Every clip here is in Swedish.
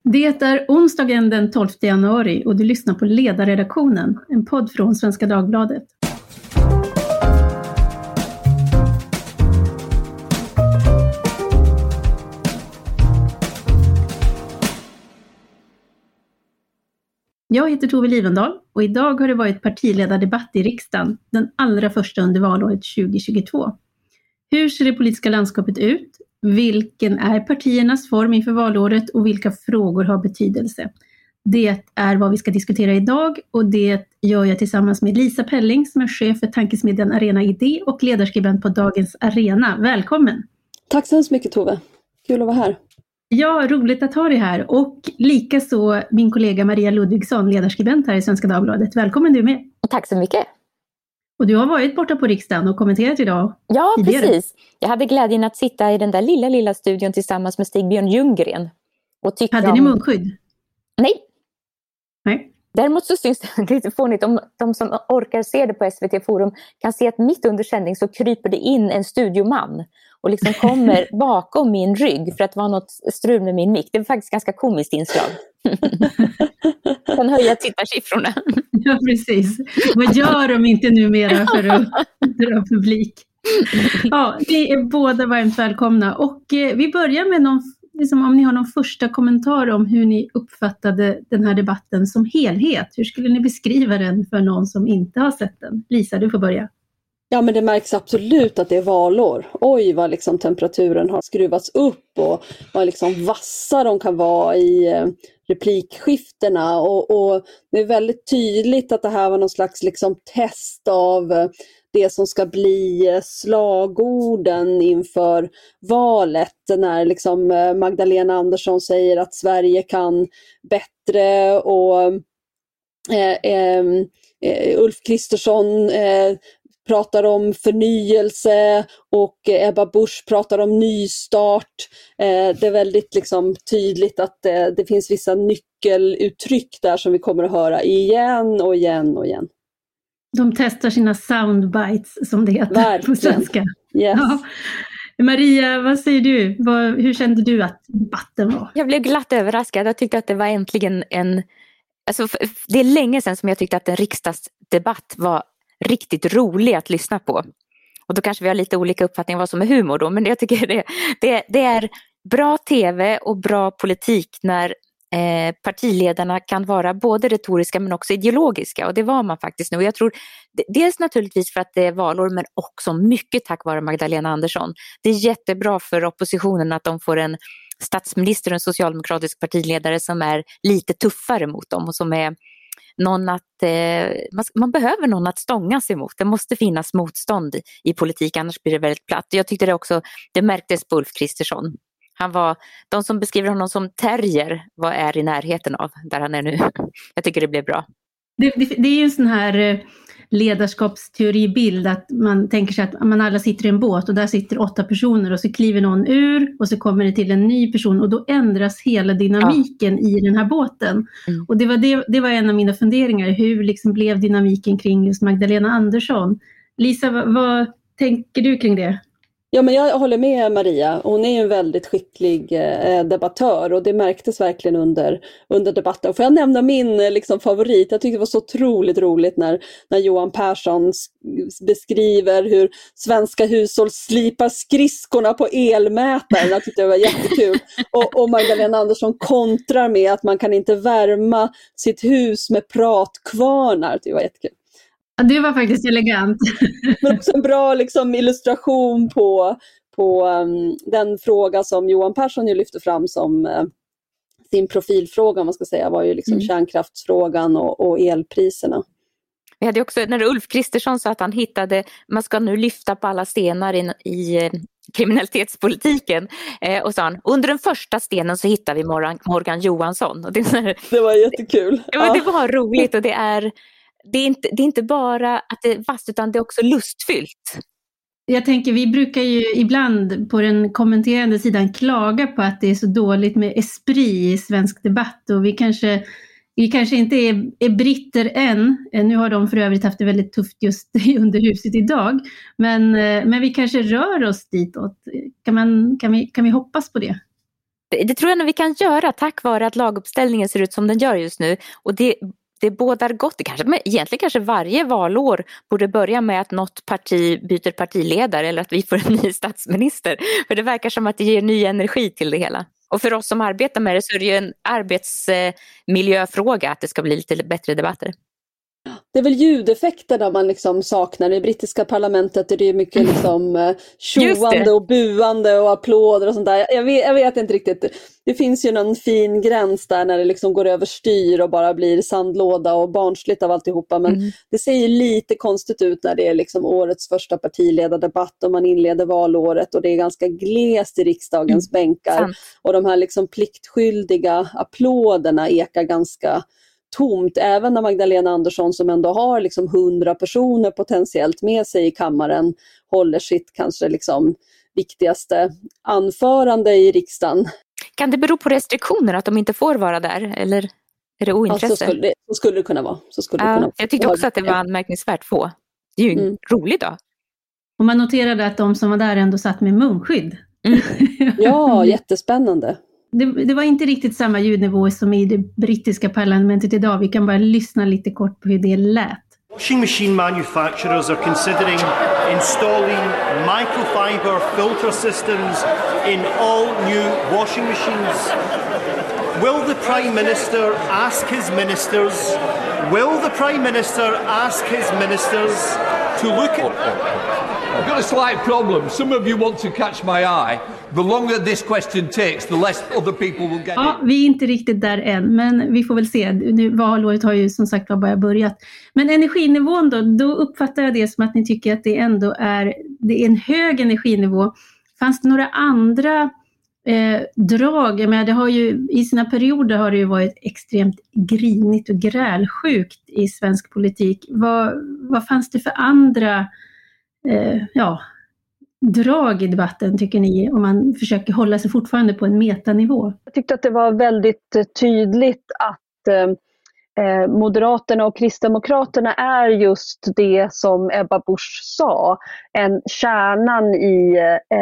Det är onsdagen den 12 januari och du lyssnar på Ledarredaktionen, en podd från Svenska Dagbladet. Jag heter Tove Livendal och idag har det varit partiledardebatt i riksdagen, den allra första under valåret 2022. Hur ser det politiska landskapet ut? Vilken är partiernas form inför valåret och vilka frågor har betydelse? Det är vad vi ska diskutera idag och det gör jag tillsammans med Lisa Pelling som är chef för tankesmedjan Arena Idé och ledarskribent på Dagens Arena. Välkommen! Tack så hemskt mycket Tove, kul att vara här. Ja, roligt att ha dig här och likaså min kollega Maria Ludvigsson, ledarskribent här i Svenska Dagbladet. Välkommen du med! Tack så mycket! Och du har varit borta på riksdagen och kommenterat idag. Ja, tidigare. Precis. Jag hade glädjen att sitta i den där lilla studion tillsammans med Stig-Björn Ljunggren. Och hade ni munskydd? Nej. Däremot så syns det lite fånigt om de som orkar se det på SVT Forum kan se att mitt under sändning så kryper det in en studioman och liksom kommer bakom min rygg för att det var något strul med min mick. Det är faktiskt ganska komiskt inslag. Kan höja tittarsiffrorna. Ja, precis. Vad gör de inte numera för att dra publik? Ja, ni är båda varmt välkomna. Och vi börjar med om ni har någon första kommentar om hur ni uppfattade den här debatten som helhet. Hur skulle ni beskriva den för någon som inte har sett den? Lisa, du får börja. Ja, men det märks absolut att det är valår. Oj, vad liksom temperaturen har skruvats upp och vad liksom vassa de kan vara i replikskiftena. Och det är väldigt tydligt att det här var någon slags liksom test av det som ska bli slagorden inför valet. När liksom Magdalena Andersson säger att Sverige kan bättre och Ulf Kristersson pratar om förnyelse och Ebba Busch pratar om nystart. Det är väldigt liksom tydligt att det finns vissa nyckeluttryck där som vi kommer att höra igen och igen och igen. De testar sina soundbites som det heter verkligen. På svenska. Yes. Ja. Maria, vad säger du? Hur kände du att debatten var? Jag blev glatt överraskad. Jag tyckte att det var äntligen det är länge sedan som jag tyckte att en riksdagsdebatt var riktigt rolig att lyssna på. Och då kanske vi har lite olika uppfattningar vad som är humor då. Men jag tycker det är bra tv och bra politik när partiledarna kan vara både retoriska men också ideologiska. Och det var man faktiskt nu. Och jag tror dels naturligtvis för att det är valår men också mycket tack vare Magdalena Andersson. Det är jättebra för oppositionen att de får en statsminister och en socialdemokratisk partiledare som är lite tuffare mot dem och som är någon man behöver någon att stångas emot. Det måste finnas motstånd i politik, annars blir det väldigt platt. Jag tyckte det märktes på Ulf Kristersson. De som beskriver honom som terrier är i närheten av där han är nu. Jag tycker det blev bra. Det är ju en sån här ledarskapsteoribild att man tänker sig att man alla sitter i en båt och där sitter 8 personer och så kliver någon ur och så kommer det till en ny person och då ändras hela dynamiken i den här båten. Mm. Och det var en av mina funderingar, hur liksom blev dynamiken kring just Magdalena Andersson? Lisa, vad tänker du kring det? Ja, men jag håller med Maria. Hon är ju en väldigt skicklig debattör och det märktes verkligen under debatten. Får jag nämna min favorit? Jag tyckte det var så otroligt roligt när Johan Persson beskriver hur svenska hushåll slipar skridskorna på elmätaren. Jag tyckte det var jättekul. Och Magdalena Andersson kontrar med att man kan inte värma sitt hus med pratkvarnar. Det var jättekul. Ja, det var faktiskt elegant. Men också en bra illustration på den fråga som Johan Persson ju lyfte fram som sin profilfråga, man ska säga, var ju kärnkraftsfrågan och elpriserna. Vi hade också, när Ulf Kristersson sa att han man ska nu lyfta på alla stenar i kriminalitetspolitiken. Och sa han, under den första stenen så hittar vi Morgan Johansson. Och det var jättekul. Ja. Det var roligt och det är inte bara att det är vasst utan det är också lustfyllt. Jag tänker, vi brukar ju ibland på den kommenterande sidan klaga på att det är så dåligt med esprit i svensk debatt och vi kanske inte är britter än. Nu har de för övrigt haft det väldigt tufft just under huset idag. Men vi kanske rör oss ditåt. Kan vi hoppas på det? Det tror jag nog vi kan göra tack vare att laguppställningen ser ut som den gör just nu. Och det bådar gott. Egentligen kanske varje valår borde börja med att något parti byter partiledare eller att vi får en ny statsminister. För det verkar som att det ger ny energi till det hela. Och för oss som arbetar med det så är det ju en arbetsmiljöfråga att det ska bli lite bättre debatter. Det är väl ljudeffekterna man liksom saknar. I brittiska parlamentet är det mycket liksom tjoande och buande och applåder och sånt där. Jag vet inte riktigt. Det finns ju någon fin gräns där när det liksom går över styr och bara blir sandlåda och barnsligt av alltihopa. Men det ser ju lite konstigt ut när det är liksom årets första partiledardebatt och man inleder valåret och det är ganska glest i riksdagens bänkar. Och de här liksom pliktskyldiga applåderna ekar ganska tomt, även när Magdalena Andersson som ändå har liksom 100 personer potentiellt med sig i kammaren håller sitt kanske liksom viktigaste anförande i riksdagen. Kan det bero på restriktioner att de inte får vara där eller är det ointresse? Ja, så skulle det kunna vara. Jag tyckte också att det var anmärkningsvärt få. Det är ju en rolig dag. Och man noterade att de som var där ändå satt med munskydd. Ja, jättespännande. Det var inte riktigt samma ljudnivå som i det brittiska parlamentet idag. Vi kan bara lyssna lite kort på hur det lät. Washing machine manufacturers are considering installing microfiber filter systems in all new washing machines. Will the Prime Minister ask his ministers? Will the Prime Minister ask his ministers to look at... I've got a slight problem. Some of you want to catch my eye. The longer this question takes, the less other people will get it. Ja, vi är inte riktigt där än, men vi får väl se. Nu, valåret har ju som sagt bara börjat. Men energinivån då uppfattar jag det som att ni tycker att det ändå är en hög energinivå. Fanns det några andra drag? Jag menar, det har ju, i sina perioder har det ju varit extremt grinigt och grälsjukt i svensk politik. Vad fanns det för andra drag i debatten tycker ni, om man försöker hålla sig fortfarande på en metanivå? Jag tyckte att det var väldigt tydligt att Moderaterna och Kristdemokraterna är just det som Ebba Busch sa, kärnan i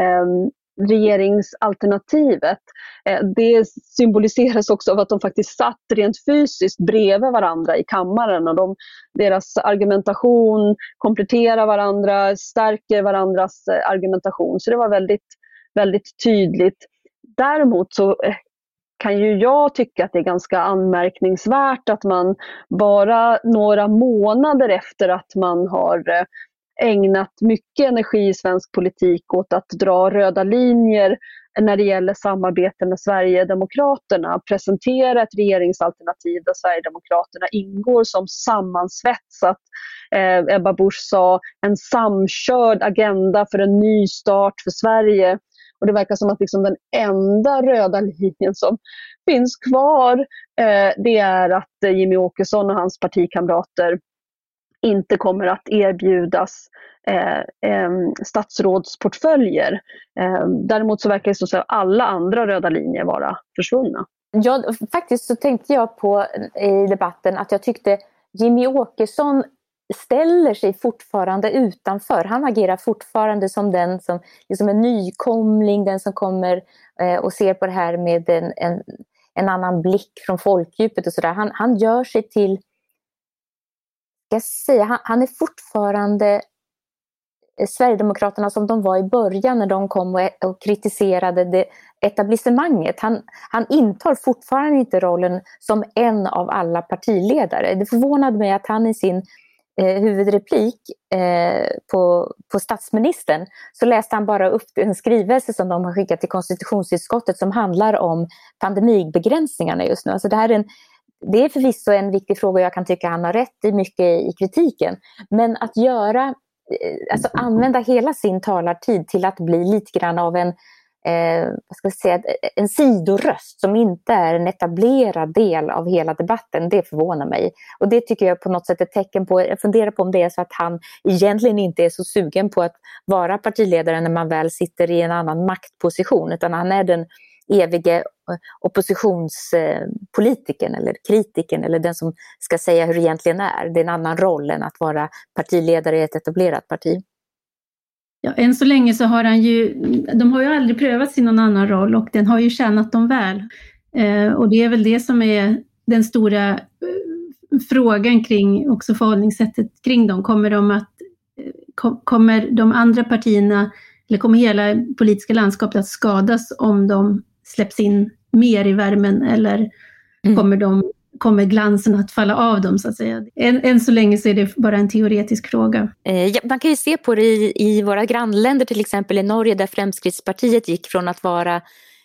regeringsalternativet. Det symboliseras också av att de faktiskt satt rent fysiskt bredvid varandra i kammaren och deras argumentation kompletterar varandra, stärker varandras argumentation. Så det var väldigt, väldigt tydligt. Däremot så kan ju jag tycka att det är ganska anmärkningsvärt att man bara några månader efter att man har ägnat mycket energi i svensk politik åt att dra röda linjer när det gäller samarbete med Sverigedemokraterna, presentera ett regeringsalternativ där Sverigedemokraterna ingår som sammansvetsat, Ebba Busch sa, en samkörd agenda för en ny start för Sverige. Och det verkar som att liksom den enda röda linjen som finns kvar det är att Jimmie Åkesson och hans partikamrater inte kommer att erbjudas statsrådsportföljer. Däremot så verkar det så att alla andra röda linjer vara försvunna. Ja, faktiskt så tänkte jag på i debatten att jag tyckte Jimmie Åkesson ställer sig fortfarande utanför. Han agerar fortfarande som den som liksom en nykomling, den som kommer och ser på det här med en annan blick från folkdjupet och sådär. Han gör sig till, han är fortfarande Sverigedemokraterna som de var i början när de kom och kritiserade det etablissemanget. Han intar fortfarande inte rollen som en av alla partiledare. Det förvånade mig att han i sin huvudreplik på statsministern så läste han bara upp en skrivelse som de har skickat till konstitutionsutskottet som handlar om pandemibegränsningarna just nu. Alltså det är förvisso en viktig fråga och jag kan tycka han har rätt i mycket i kritiken. Men att använda hela sin talartid till att bli lite grann av en sidoröst som inte är en etablerad del av hela debatten, det förvånar mig. Och det tycker jag på något sätt är ett tecken på, jag funderar på om det är så att han egentligen inte är så sugen på att vara partiledare när man väl sitter i en annan maktposition, utan han är den evige oppositionspolitiken eller kritiken eller den som ska säga hur det egentligen är. Det är en annan roll än att vara partiledare i ett etablerat parti. Ja, än så länge så har de har ju aldrig prövat sin någon annan roll och den har ju tjänat dem väl. Och det är väl det som är den stora frågan kring också förhållningssättet kring dem. Kommer de andra partierna eller kommer hela politiska landskapet att skadas om de släpps in mer i värmen eller kommer glansen att falla av dem så att säga. Än så länge så är det bara en teoretisk fråga. Man kan ju se på det i våra grannländer, till exempel i Norge, där Fremskrittspartiet gick från att vara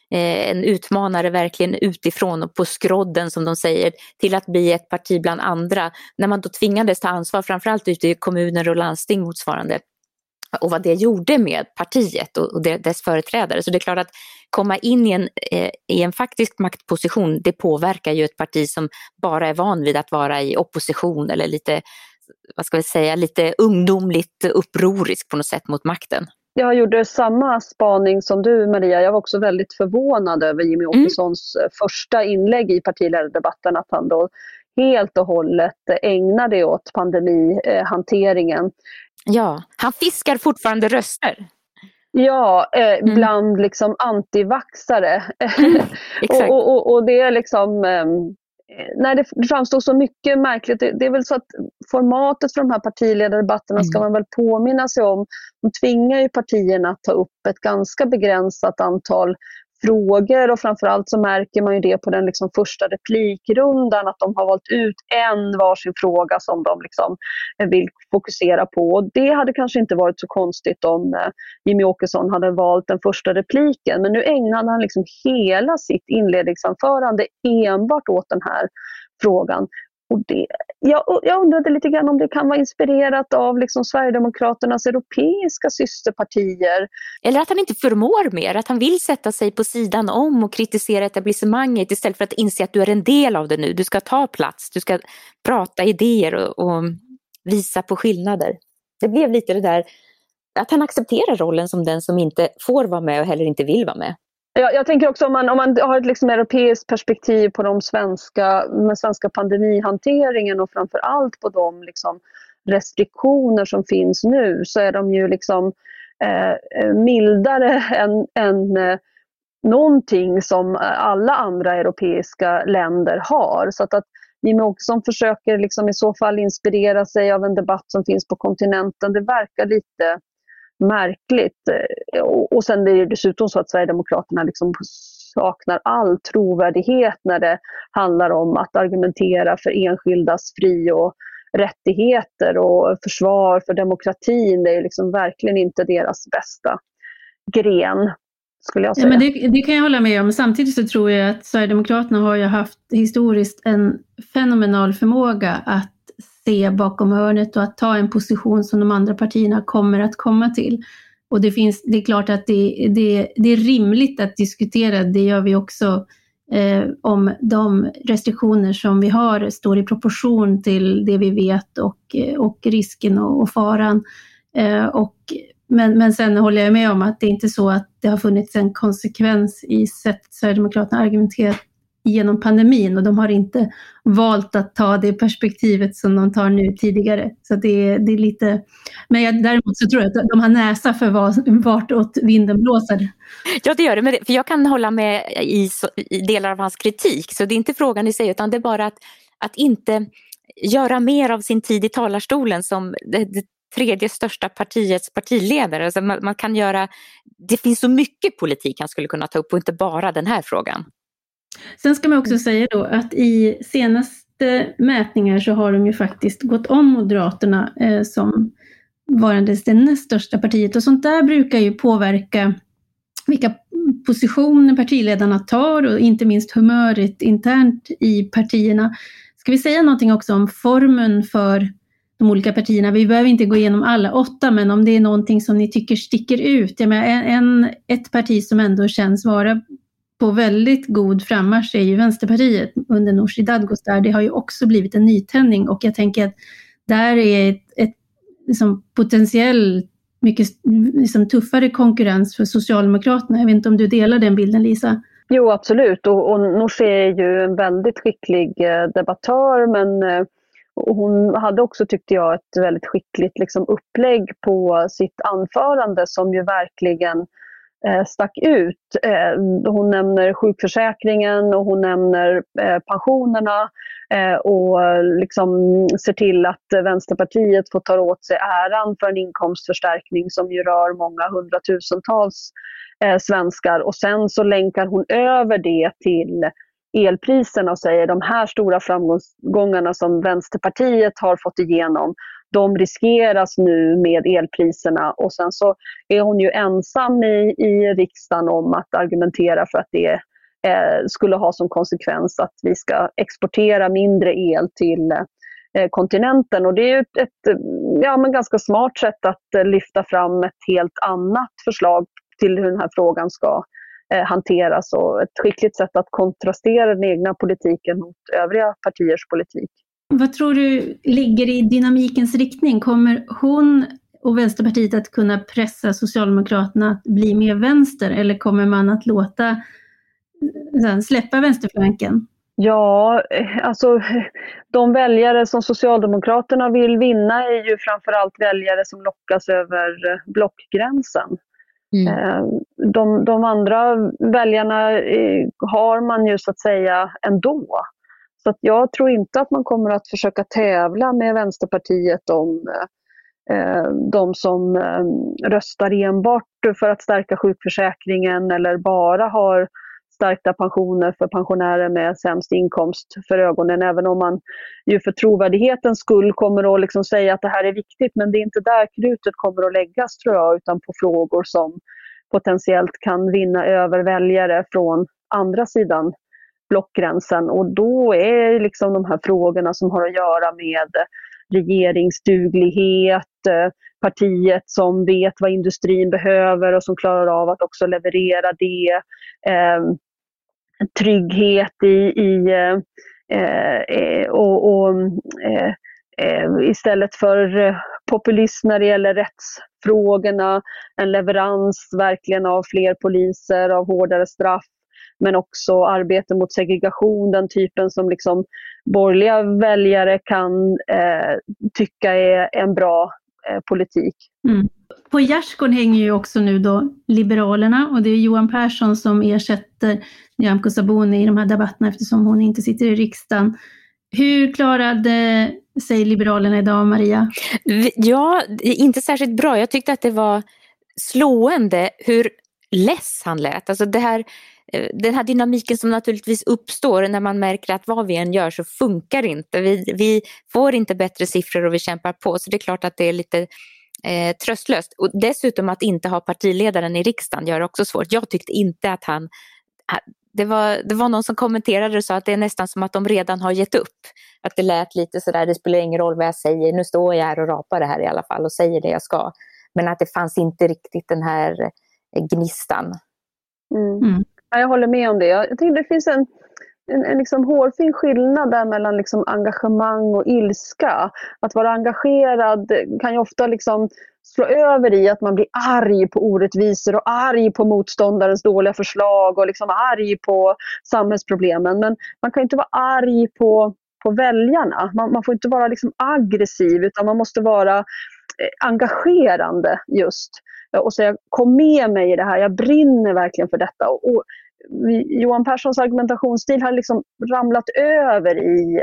en utmanare verkligen utifrån och på skrodden som de säger, till att bli ett parti bland andra. När man då tvingades ta ansvar framförallt ute i kommuner och landsting motsvarande. Och vad det gjorde med partiet och dess företrädare. Så det är klart att komma in i en faktisk maktposition, det påverkar ju ett parti som bara är van vid att vara i opposition eller lite, vad ska vi säga, lite ungdomligt upprorisk på något sätt mot makten. Jag gjorde samma spaning som du, Maria. Jag var också väldigt förvånad över Jimmie Åkessons första inlägg i partiledardebatten, att han då helt och hållet ägnade åt pandemihanteringen. Ja, han fiskar fortfarande röster. Ja, bland liksom antivaxare. Exakt. Och det är liksom... Nej, det framstår så mycket märkligt. Det är väl så att formatet för de här partiledardebatterna ska man väl påminna sig om. De tvingar ju partierna att ta upp ett ganska begränsat antal frågor, och framförallt så märker man ju det på den liksom första replikrundan, att de har valt ut en varsin fråga som de liksom vill fokusera på. Och det hade kanske inte varit så konstigt om Jimmie Åkesson hade valt den första repliken, men nu ägnade han liksom hela sitt inledningsanförande enbart åt den här frågan. Och jag undrade lite grann om det kan vara inspirerat av liksom Sverigedemokraternas europeiska systerpartier. Eller att han inte förmår mer, att han vill sätta sig på sidan om och kritisera etablissemanget istället för att inse att du är en del av det nu. Du ska ta plats, du ska prata idéer och visa på skillnader. Det blev lite det där att han accepterar rollen som den som inte får vara med och heller inte vill vara med. Jag tänker också om man har ett liksom europeiskt perspektiv på den svenska pandemihanteringen och framför allt på de liksom restriktioner som finns nu, så är de ju liksom mildare än någonting som alla andra europeiska länder har. Så att Jimmie Åkesson försöker liksom i så fall inspirera sig av en debatt som finns på kontinenten, det verkar lite märkligt. Och sen är det dessutom så att Sverigedemokraterna liksom saknar all trovärdighet när det handlar om att argumentera för enskildas fri- och rättigheter och försvar för demokratin. Det är liksom verkligen inte deras bästa gren, skulle jag säga. Ja, men det kan jag hålla med om. Samtidigt så tror jag att Sverigedemokraterna har ju haft historiskt en fenomenal förmåga att se bakom hörnet och att ta en position som de andra partierna kommer att komma till. Och det är klart att det är rimligt att diskutera, det gör vi också, om de restriktioner som vi har står i proportion till det vi vet och risken och faran. Men sen håller jag med om att det är inte så att det har funnits en konsekvens i sättet Sverigedemokraterna argumenterat genom pandemin, och de har inte valt att ta det perspektivet som de tar nu tidigare. Så det är lite... Men däremot så tror jag att de har näsa för vartåt vinden blåser. Ja, det gör det. Men för jag kan hålla med i delar av hans kritik. Så det är inte frågan i sig, utan det är bara att inte göra mer av sin tid i talarstolen som det tredje största partiets partiledare. Alltså man kan göra... Det finns så mycket politik han skulle kunna ta upp och inte bara den här frågan. Sen ska man också säga då att i senaste mätningar så har de ju faktiskt gått om Moderaterna som varandes det näst största partiet, och sånt där brukar ju påverka vilka positioner partiledarna tar och inte minst humöret internt i partierna. Ska vi säga någonting också om formen för de olika partierna? Vi behöver inte gå igenom alla 8, men om det är någonting som ni tycker sticker ut. Jag menar, ett parti som ändå känns vara på väldigt god frammarsch är ju Vänsterpartiet under Nooshi Dadgostar. Det har ju också blivit en nytändning, och jag tänker att där är ett liksom potentiellt mycket liksom tuffare konkurrens för Socialdemokraterna. Jag vet inte om du delar den bilden, Lisa? Jo, absolut. Och Nooshi är ju en väldigt skicklig debattör, Och hon hade också, tyckte jag, ett väldigt skickligt liksom upplägg på sitt anförande som ju verkligen stack ut. Hon nämner sjukförsäkringen och hon nämner pensionerna och liksom ser till att Vänsterpartiet får ta åt sig äran för en inkomstförstärkning som ju rör många hundratusentals svenskar. Och sen så länkar hon över det till elpriserna och säger de här stora framgångarna som Vänsterpartiet har fått igenom, de riskeras nu med elpriserna. Och sen så är hon ju ensam i riksdagen om att argumentera för att det skulle ha som konsekvens att vi ska exportera mindre el till kontinenten. Och det är ju ett ganska smart sätt att lyfta fram ett helt annat förslag till hur den här frågan ska hanteras, och ett skickligt sätt att kontrastera den egna politiken mot övriga partiers politik. Vad tror du ligger i dynamikens riktning? Kommer hon och Vänsterpartiet att kunna pressa Socialdemokraterna att bli mer vänster, eller kommer man att släppa vänsterflanken? Ja, alltså de väljare som Socialdemokraterna vill vinna är ju framförallt väljare som lockas över blockgränsen. De andra väljarna har man ju så att säga ändå. Så att jag tror inte att man kommer att försöka tävla med Vänsterpartiet om de som röstar enbart för att stärka sjukförsäkringen eller bara har stärkta pensioner för pensionärer med sämst inkomst för ögonen. Även om man ju för trovärdighetens skull kommer att liksom säga att det här är viktigt, men det är inte där krutet kommer att läggas, tror jag, utan på frågor som potentiellt kan vinna över väljare från andra sidan blockgränsen. Och då är liksom de här frågorna som har att göra med regeringsduglighet, partiet som vet vad industrin behöver och som klarar av att också leverera det, trygghet istället för populism när det gäller rättsfrågorna, en leverans verkligen av fler poliser, av hårdare straff, men också arbete mot segregation, den typen som liksom borgerliga väljare kan tycka är en bra politik. På gärdsgården hänger ju också nu då Liberalerna, och det är Johan Persson som ersätter Nyamko Sabuni i de här debatterna eftersom hon inte sitter i riksdagen. Hur klarade sig Liberalerna idag, Maria? Ja, inte särskilt bra. Jag tyckte att det var slående hur less han lät. Alltså den här dynamiken som naturligtvis uppstår när man märker att vad vi än gör så funkar inte. Vi får inte bättre siffror och vi kämpar på. Så det är klart att det är lite tröstlöst. Och dessutom att inte ha partiledaren i riksdagen gör också svårt. Jag tyckte inte att det var någon som kommenterade och sa att det är nästan som att de redan har gett upp. Att det lät lite sådär, det spelar ingen roll vad jag säger. Nu står jag här och rapar det här i alla fall och säger det jag ska. Men att det fanns inte riktigt den här gnistan. Ja, jag håller med om det. Jag tycker det finns en liksom hårfin skillnad där mellan liksom engagemang och ilska. Att vara engagerad kan ju ofta liksom slå över i att man blir arg på orättvisor och arg på motståndarens dåliga förslag och liksom arg på samhällsproblemen. Men man kan ju inte vara arg på väljarna. Man får inte vara liksom aggressiv, utan man måste vara engagerande just. Och säga, kom med mig i det här, jag brinner verkligen för detta. Och Johan Perssons argumentationsstil har liksom ramlat över i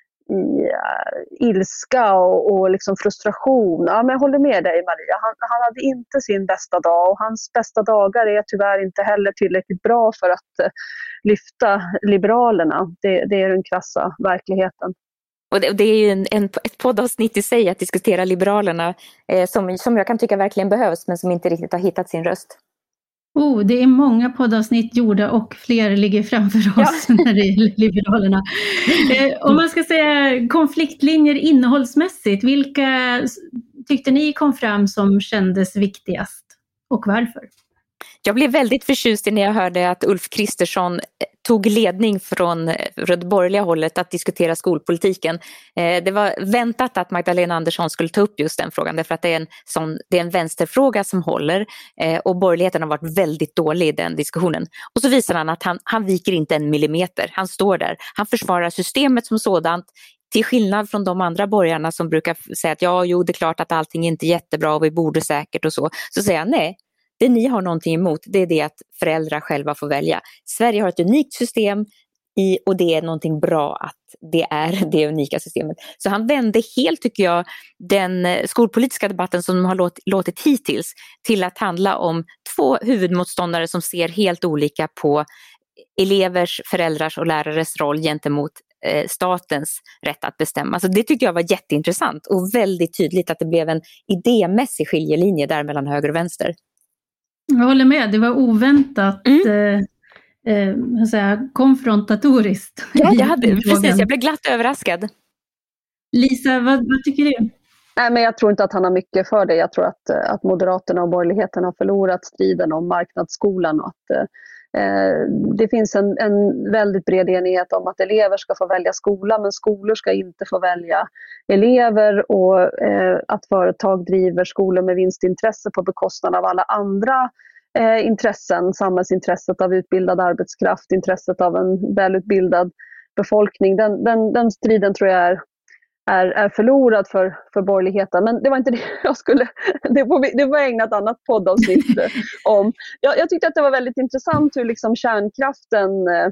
ilska och liksom frustration. Ja, men jag håller med dig, Maria. Han hade inte sin bästa dag, och hans bästa dagar är tyvärr inte heller tillräckligt bra för att lyfta Liberalerna. Det är den krassa verkligheten. Och det är ju ett poddavsnitt i sig att diskutera Liberalerna som jag kan tycka verkligen behövs, men som inte riktigt har hittat sin röst. Det är många poddavsnitt gjorda och fler ligger framför oss när det gäller Liberalerna. Om man ska säga konfliktlinjer innehållsmässigt, vilka tyckte ni kom fram som kändes viktigast och varför? Jag blev väldigt förtjust när jag hörde att Ulf Kristersson tog ledning från det borgerliga hållet att diskutera skolpolitiken. Det var väntat att Magdalena Andersson skulle ta upp just den frågan, därför att det är en vänsterfråga som håller, och borgerligheten har varit väldigt dålig i den diskussionen. Och så visar han att han viker inte en millimeter. Han står där. Han försvarar systemet som sådant till skillnad från de andra borgarna som brukar säga att det är klart att allting är inte jättebra och vi borde säkert och så säger jag nej. Det ni har någonting emot, det är det att föräldrar själva får välja. Sverige har ett unikt system och det är någonting bra att det är det unika systemet. Så han vände helt, tycker jag, den skolpolitiska debatten som de har låtit hittills till att handla om två huvudmotståndare som ser helt olika på elevers, föräldrars och lärares roll gentemot statens rätt att bestämma. Så det tycker jag var jätteintressant och väldigt tydligt att det blev en idémässig skiljelinje där mellan höger och vänster. Jag håller med, det var oväntat konfrontatoriskt. Ja, jag blev glatt överraskad. Lisa, vad tycker du? Nej, men jag tror inte att han har mycket för det. Jag tror att Moderaterna och borgerligheten har förlorat striden om marknadsskolan och att det finns en väldigt bred enighet om att elever ska få välja skola, men skolor ska inte få välja elever, och att företag driver skolor med vinstintresse på bekostnad av alla andra intressen, samhällsintresset av utbildad arbetskraft, intresset av en välutbildad befolkning. Den striden tror jag är förlorad för borgerligheten. Men det var inte det jag skulle... Det var ägnat annat poddavsnitt om. Jag tyckte att det var väldigt intressant hur liksom kärnkraften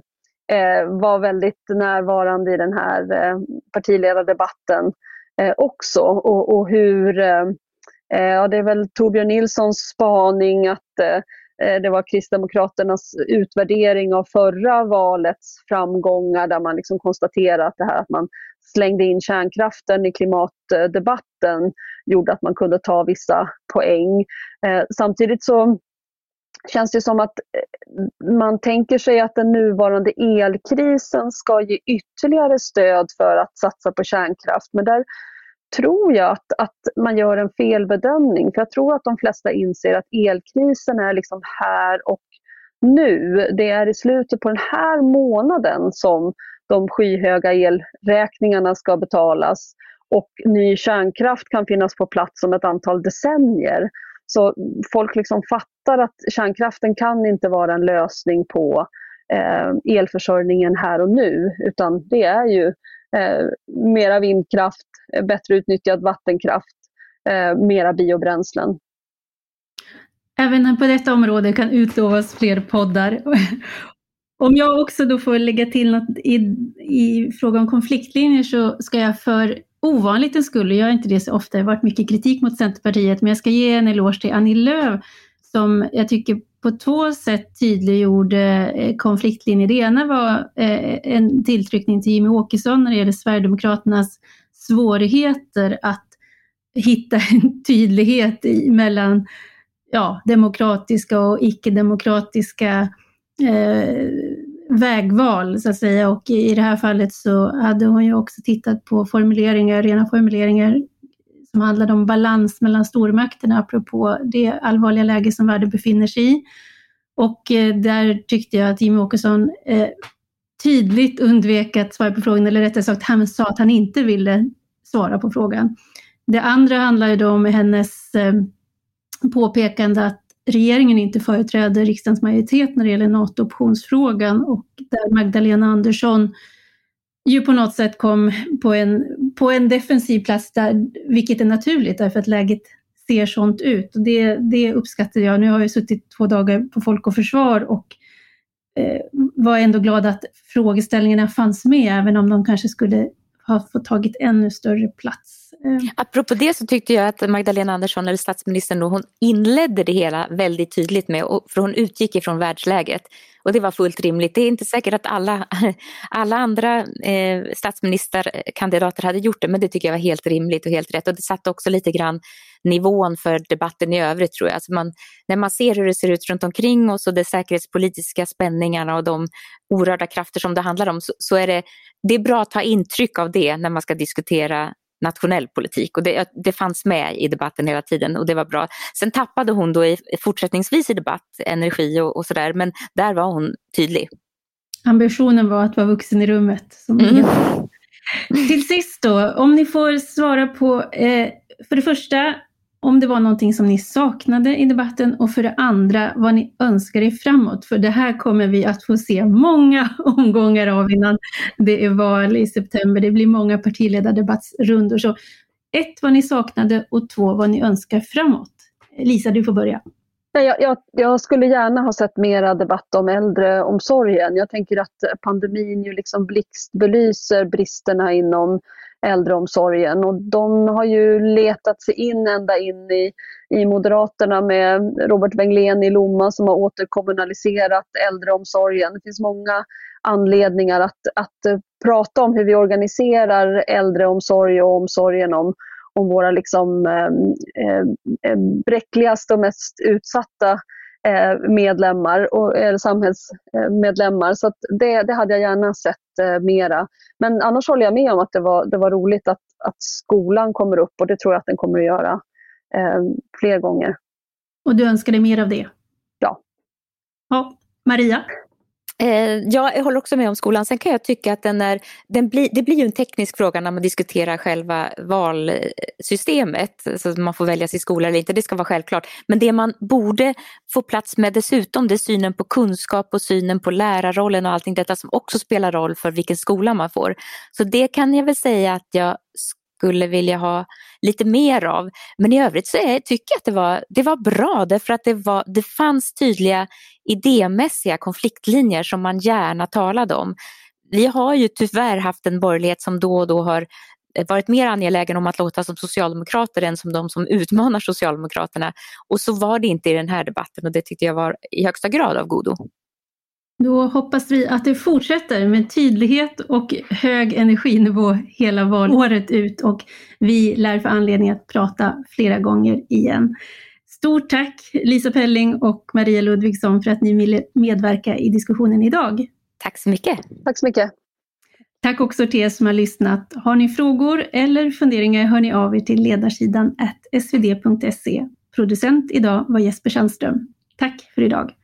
var väldigt närvarande i den här partiledardebatten också. Och hur... det är väl Torbjörn Nilssons spaning att det var Kristdemokraternas utvärdering av förra valets framgångar där man liksom konstaterade att det här att man slängde in kärnkraften i klimatdebatten gjorde att man kunde ta vissa poäng. Samtidigt så känns det som att man tänker sig att den nuvarande elkrisen ska ge ytterligare stöd för att satsa på kärnkraft. Men där tror jag att man gör en felbedömning. För jag tror att de flesta inser att elkrisen är liksom här och nu. Det är i slutet på den här månaden som de skyhöga elräkningarna ska betalas. Och ny kärnkraft kan finnas på plats om ett antal decennier. Så folk liksom fattar att kärnkraften kan inte vara en lösning på elförsörjningen här och nu. Utan det är ju mera vindkraft, bättre utnyttjad vattenkraft, mera biobränslen. Även på detta område kan utlovas fler poddar. Om jag också då får lägga till något i fråga om konfliktlinjer, så ska jag för ovanlighetens skull, jag gör inte det så ofta, det har varit mycket kritik mot Centerpartiet, men jag ska ge en eloge till Annie Lööf som jag tycker på två sätt tydliggjorde konfliktlinjer. Det ena var en tilltryckning till Jimmie Åkesson när det gäller Sverigedemokraternas svårigheter att hitta en tydlighet mellan demokratiska och icke-demokratiska vägval så att säga, och i det här fallet så hade hon ju också tittat på rena formuleringar som handlade om balans mellan stormakterna apropå det allvarliga läge som världen befinner sig i. Och där tyckte jag att Jimmie Åkesson tydligt undvek att svara på frågan, eller rättare sagt han sa att han inte ville svara på frågan. Det andra handlar ju då om hennes påpekande att regeringen inte företräder riksdagens majoritet när det gäller NATO-optionsfrågan, och där Magdalena Andersson ju på något sätt kom på en defensiv plats där, vilket är naturligt därför att läget ser sånt ut. Och det uppskattar jag. Nu har jag suttit 2 dagar på Folk och Försvar och var ändå glad att frågeställningarna fanns med, även om de kanske skulle ha fått tagit ännu större plats. Apropå det så tyckte jag att Magdalena Andersson, eller statsministern då, hon inledde det hela väldigt tydligt med, för hon utgick ifrån världsläget. Och det var fullt rimligt. Det är inte säkert att alla andra statsministerkandidater hade gjort det, men det tycker jag var helt rimligt och helt rätt. Och det satte också lite grann nivån för debatten i övrigt, tror jag. Alltså när man ser hur det ser ut runt omkring oss och de säkerhetspolitiska spänningarna och de orörda krafter som det handlar om, så är det är bra att ta intryck av det när man ska diskutera nationell politik, och det fanns med i debatten hela tiden och det var bra. Sen tappade hon då fortsättningsvis i debatt energi och sådär, men där var hon tydlig. Ambitionen var att vara vuxen i rummet. Till sist då, om ni får svara på för det första, om det var någonting som ni saknade i debatten och för det andra vad ni önskar er framåt. För det här kommer vi att få se många omgångar av innan det är val i september. Det blir många partiledardebattsrundor. Så 1, vad ni saknade och 2, vad ni önskar framåt. Lisa, du får börja. Jag skulle gärna ha sett mera debatt om äldreomsorgen. Jag tänker att pandemin ju liksom blixtbelyser bristerna inom äldreomsorgen, och de har ju letat sig ända in i Moderaterna med Robert Wenglén i Lomma som har återkommunaliserat äldreomsorgen. Det finns många anledningar att prata om hur vi organiserar äldreomsorg och omsorgen om våra liksom, bräckligaste och mest utsatta medlemmar eller samhällsmedlemmar. Så att det hade jag gärna sett mera. Men annars håller jag med om att det var roligt att skolan kommer upp, och det tror jag att den kommer att göra fler gånger. Och du önskar dig mer av det? Ja. Ja, Maria? Jag håller också med om skolan. Sen kan jag tycka att det blir ju en teknisk fråga när man diskuterar själva valsystemet. Så att man får välja sin skola eller inte, det ska vara självklart. Men det man borde få plats med dessutom, det är synen på kunskap och synen på lärarrollen och allting detta som också spelar roll för vilken skola man får. Så det kan jag väl säga att jag skulle vilja ha lite mer av. Men i övrigt så tycker jag att det var bra, därför att det fanns tydliga idémässiga konfliktlinjer som man gärna talade om. Vi har ju tyvärr haft en borgerlighet som då och då har varit mer angelägen om att låta som socialdemokrater än som de som utmanar Socialdemokraterna. Och så var det inte i den här debatten, och det tyckte jag var i högsta grad av godo. Då hoppas vi att det fortsätter med tydlighet och hög energinivå hela valåret ut, och vi lär få anledning att prata flera gånger igen. Stort tack Lisa Pelling och Maria Ludvigsson för att ni ville medverka i diskussionen idag. Tack så mycket. Tack så mycket. Tack också till er som har lyssnat. Har ni frågor eller funderingar hör ni av er till ledarsidan @svd.se. Producent idag var Jesper Sandström. Tack för idag.